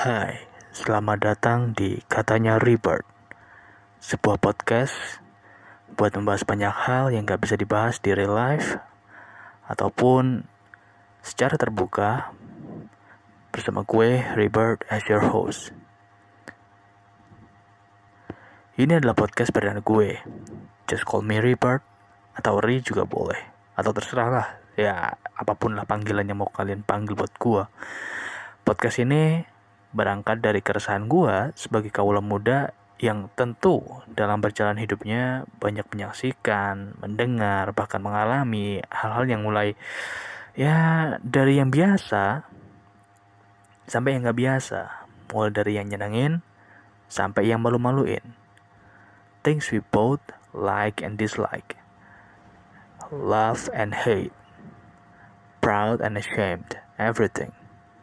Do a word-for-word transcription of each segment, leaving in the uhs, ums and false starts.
Hai, selamat datang di Katanya Rebirth, sebuah podcast buat membahas banyak hal yang gak bisa dibahas di real life ataupun secara terbuka bersama gue, Rebirth, as your host. Ini adalah podcast perdana gue. Just call me Rebirth atau Ri juga boleh, atau terserah lah. Ya, apapun lah panggilan yang mau kalian panggil buat gue. Podcast ini berangkat dari keresahan gue sebagai kaula muda yang tentu dalam berjalan hidupnya banyak menyaksikan, mendengar, bahkan mengalami hal-hal yang mulai ya dari yang biasa sampai yang gak biasa, mulai dari yang nyenengin sampai yang malu-maluin. Things we both like and dislike, love and hate, proud and ashamed, everything.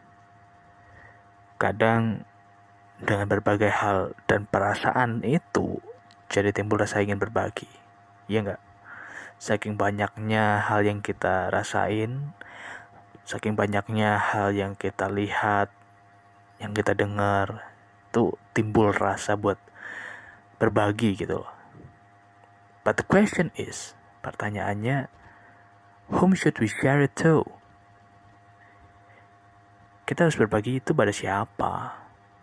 Kadang dengan berbagai hal dan perasaan itu jadi timbul rasa ingin berbagi. Iya enggak? Saking banyaknya hal yang kita rasain, saking banyaknya hal yang kita lihat, yang kita dengar, itu timbul rasa buat berbagi gitu loh. But the question is, pertanyaannya, whom should we share it to? Kita harus berbagi itu pada siapa?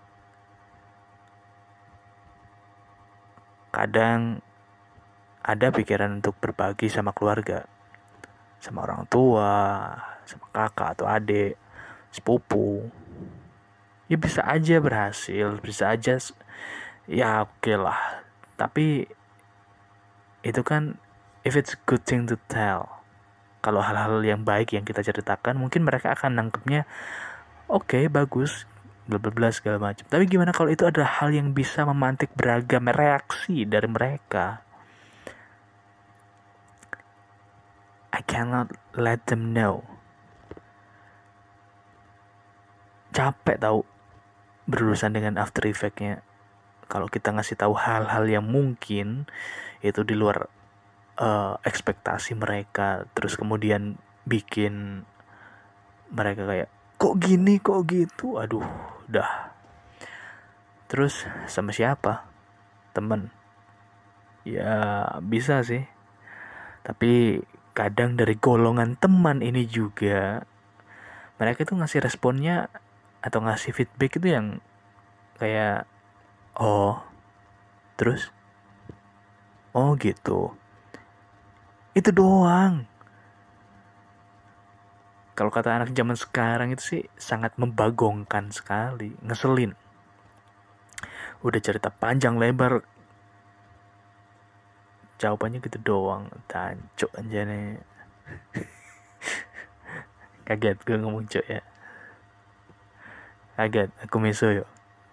Kadang ada pikiran untuk berbagi sama keluarga, sama orang tua, sama kakak atau adik, sepupu. Ya bisa aja berhasil, bisa aja ya oke okay lah. Tapi itu kan if it's a good thing to tell. Kalau hal-hal yang baik yang kita ceritakan, mungkin mereka akan nangkepnya oke, okay, bagus, bla bla bla segala macam. Tapi gimana kalau itu adalah hal yang bisa memantik beragam reaksi dari mereka? I cannot let them know. Capek tahu berurusan dengan after effect-nya. Kalau kita ngasih tahu hal-hal yang mungkin itu di luar uh, ekspektasi mereka, terus kemudian bikin mereka kayak kok gini, kok gitu, aduh, dah. Terus sama siapa? Temen? Ya bisa sih. Tapi kadang dari golongan teman ini juga mereka tuh ngasih responnya atau ngasih feedback itu yang kayak oh, terus oh gitu. Itu doang. Kalau kata anak zaman sekarang itu sih sangat membagongkan sekali, ngeselin. Udah cerita panjang lebar, jawabannya gitu doang, tancuk aja nih. Kaget gue ngomong cok ya. Kaget, aku miso yo.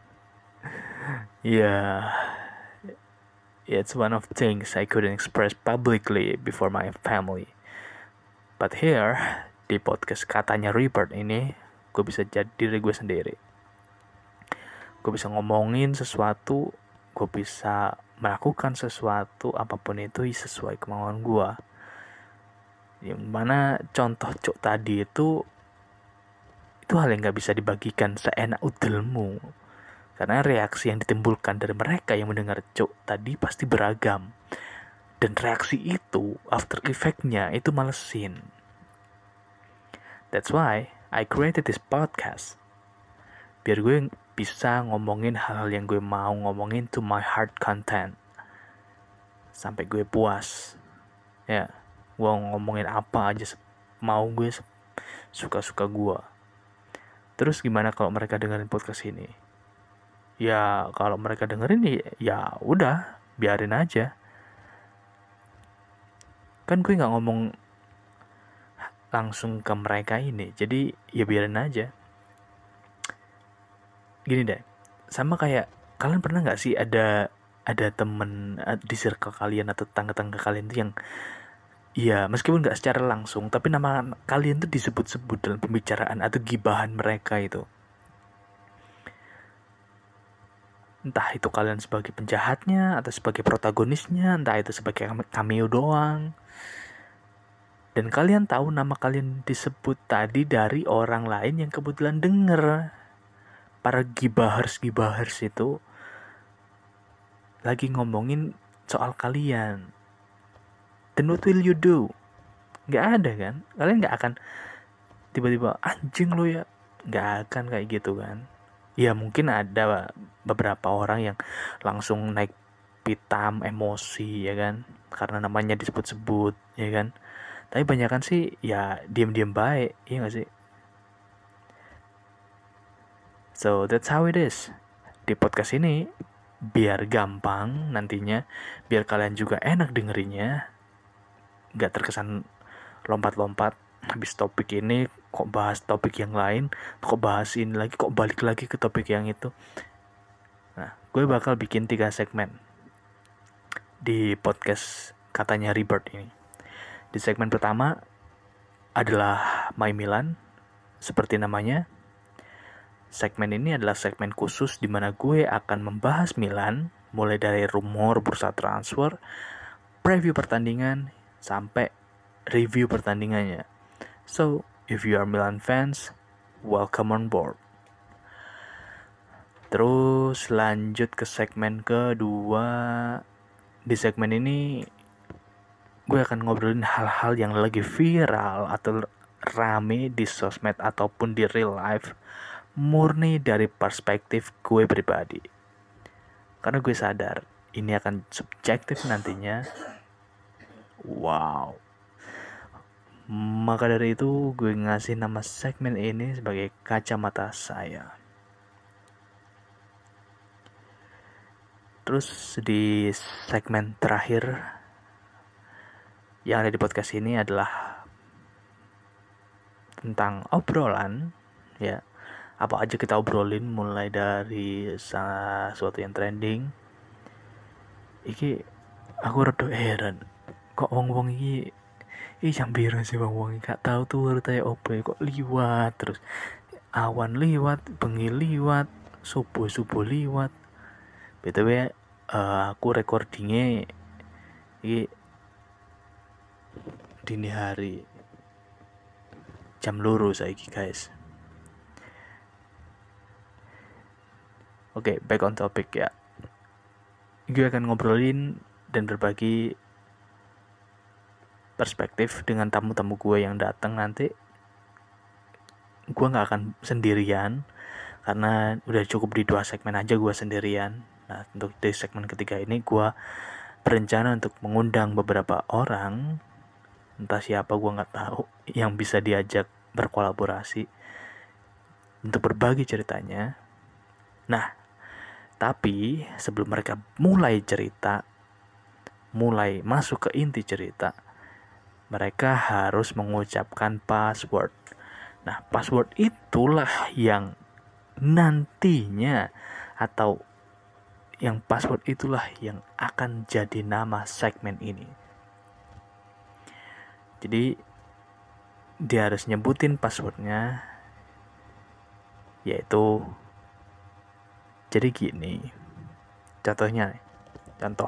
Yeah, it's one of things I couldn't express publicly before my family. But here, di podcast Katanya Rebirth ini, gue bisa jadi diri gue sendiri. Gue bisa ngomongin sesuatu, gue bisa melakukan sesuatu, apapun itu sesuai kemauan gue. Yang mana contoh cok tadi itu, itu hal yang gak bisa dibagikan seenak udelmu. Karena reaksi yang ditimbulkan dari mereka yang mendengar cok tadi pasti beragam. Dan reaksi itu, after effect-nya itu malesin. That's why I created this podcast. Biar gue bisa ngomongin hal-hal yang gue mau ngomongin to my heart content. Sampai gue puas. Ya, gue ngomongin apa aja mau gue, suka-suka gue. Terus gimana kalau mereka dengerin podcast ini? Ya kalau mereka dengerin ya, ya udah biarin aja. Kan gue nggak ngomong langsung ke mereka ini, jadi ya biarin aja. Gini deh, sama kayak kalian pernah nggak sih ada ada temen di circle kalian atau tetangga-tetangga kalian tuh yang ya meskipun nggak secara langsung tapi nama kalian tuh disebut-sebut dalam pembicaraan atau gibahan mereka itu. Entah itu kalian sebagai penjahatnya atau sebagai protagonisnya, entah itu sebagai cameo doang. Dan kalian tahu nama kalian disebut tadi dari orang lain yang kebetulan denger. para gibahers-gibahers itu lagi ngomongin soal kalian. Then what will you do? Gak ada kan? Kalian gak akan tiba-tiba anjing lo ya. Gak akan kayak gitu kan. Ya mungkin ada beberapa orang yang langsung naik pitam, emosi ya kan, karena namanya disebut-sebut ya kan. Tapi banyak kan sih ya diam-diam baik, iya gak sih? So that's how it is. Di podcast ini biar gampang nantinya, biar kalian juga enak dengerinnya, gak terkesan lompat-lompat habis topik ini kok bahas topik yang lain, kok bahas ini lagi, kok balik lagi ke topik yang itu. Nah, gue bakal bikin tiga segmen di podcast katanya Rebirth ini. Di segmen pertama adalah My Milan, seperti namanya. Segmen ini adalah segmen khusus di mana gue akan membahas Milan, mulai dari rumor bursa transfer, preview pertandingan, sampai review pertandingannya. So, if you are Milan fans, welcome on board. Terus lanjut ke segmen kedua. Di segmen ini gue akan ngobrolin hal-hal yang lagi viral atau rame di sosmed ataupun di real life, murni dari perspektif gue pribadi. Karena gue sadar ini akan subjektif nantinya. Wow. Maka dari itu gue ngasih nama segmen ini sebagai kacamata saya. Terus di segmen terakhir yang ada di podcast ini adalah tentang obrolan, ya. Apa aja kita obrolin, mulai dari sesuatu yang trending. Iki aku rada heran. Kok wong-wong iki Ih jambiro sih wong-wong gak tahu tuh urutane opo kok liwat terus. Awan liwat, bengi liwat, subuh-subuh liwat. B T W uh, aku recordingnya iki dini hari jam loro saiki guys. Oke, okay, back on topic ya. Gue akan ngobrolin dan berbagi perspektif dengan tamu-tamu gue yang datang nanti. Gue gak akan sendirian, karena udah cukup di dua segmen aja gue sendirian. Nah, untuk di segmen ketiga ini gue berencana untuk mengundang beberapa orang, entah siapa gue gak tahu, yang bisa diajak berkolaborasi untuk berbagi ceritanya. Nah, tapi sebelum mereka mulai cerita, mulai masuk ke inti cerita, mereka harus mengucapkan password. Nah, password itulah yang nantinya atau yang password itulah yang akan jadi nama segmen ini. Jadi dia harus nyebutin passwordnya, yaitu jadi gini. Contohnya, contoh.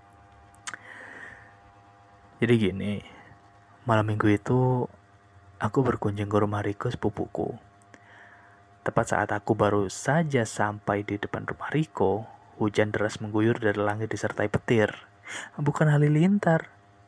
Jadi gini. Malam minggu itu aku berkunjung ke rumah Riko sepupuku. Tepat saat aku baru saja sampai di depan rumah Riko, hujan deras mengguyur dari langit disertai petir. Bukan halilintar.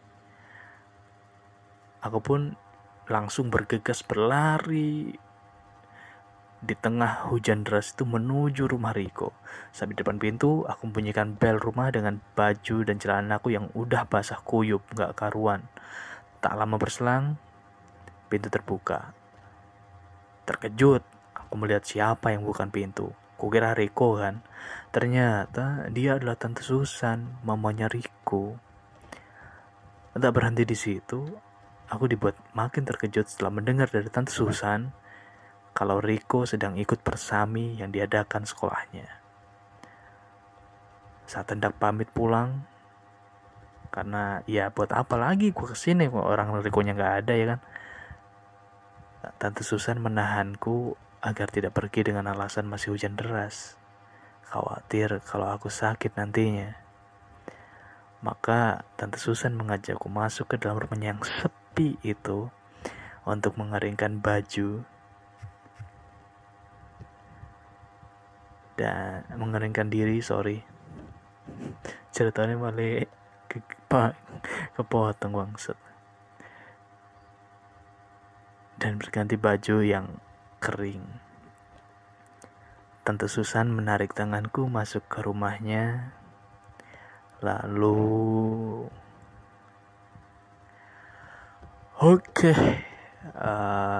Aku pun langsung bergegas berlari di tengah hujan deras itu menuju rumah Riko. Sampai di depan pintu, aku membunyikan bel rumah dengan baju dan celana aku yang udah basah kuyup, gak karuan. Tak lama berselang, pintu terbuka. Terkejut, aku melihat siapa yang bukan pintu. Kukira Riko kan. Ternyata dia adalah Tante Susan, mamanya Riko. Tak berhenti di situ, aku dibuat makin terkejut setelah mendengar dari Tante Susan kalau Riko sedang ikut persami yang diadakan sekolahnya. Saat hendak pamit pulang, karena ya buat apa lagi gue kesini kok orang Rikonya gak ada ya kan. Tante Susan menahanku agar tidak pergi dengan alasan masih hujan deras, khawatir kalau aku sakit nantinya. Maka Tante Susan mengajakku masuk ke dalam rumahnya yang sepi itu untuk mengeringkan baju. dan mengeringkan diri. Sorry, ceritanya malah ke, ke, kepotong bangsat. Dan berganti baju yang kering. Tante Susan menarik tanganku masuk ke rumahnya. Lalu Oke okay. uh,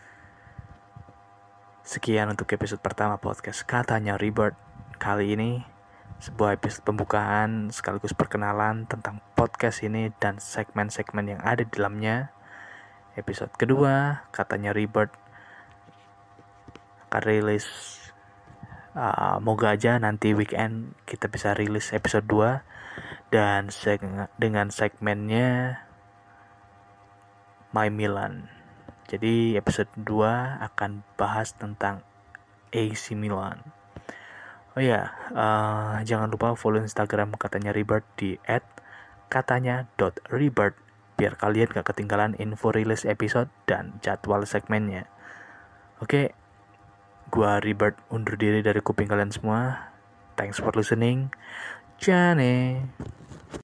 Sekian untuk episode pertama podcast Katanya Rebirth. Kali ini sebuah episode pembukaan sekaligus perkenalan tentang podcast ini dan segmen-segmen yang ada di dalamnya. Episode kedua Katanya Rebirth akan rilis uh, moga aja nanti weekend kita bisa rilis episode dua. Dan seg- dengan segmennya My Milan. Jadi episode dua akan bahas tentang A C Milan. Oh ya, uh, jangan lupa follow Instagram Katanya Rebirth di et katanya dot rebirth biar kalian gak ketinggalan info rilis episode dan jadwal segmennya. Oke, gua Rebirth undur diri dari kuping kalian semua. Thanks for listening. Jane.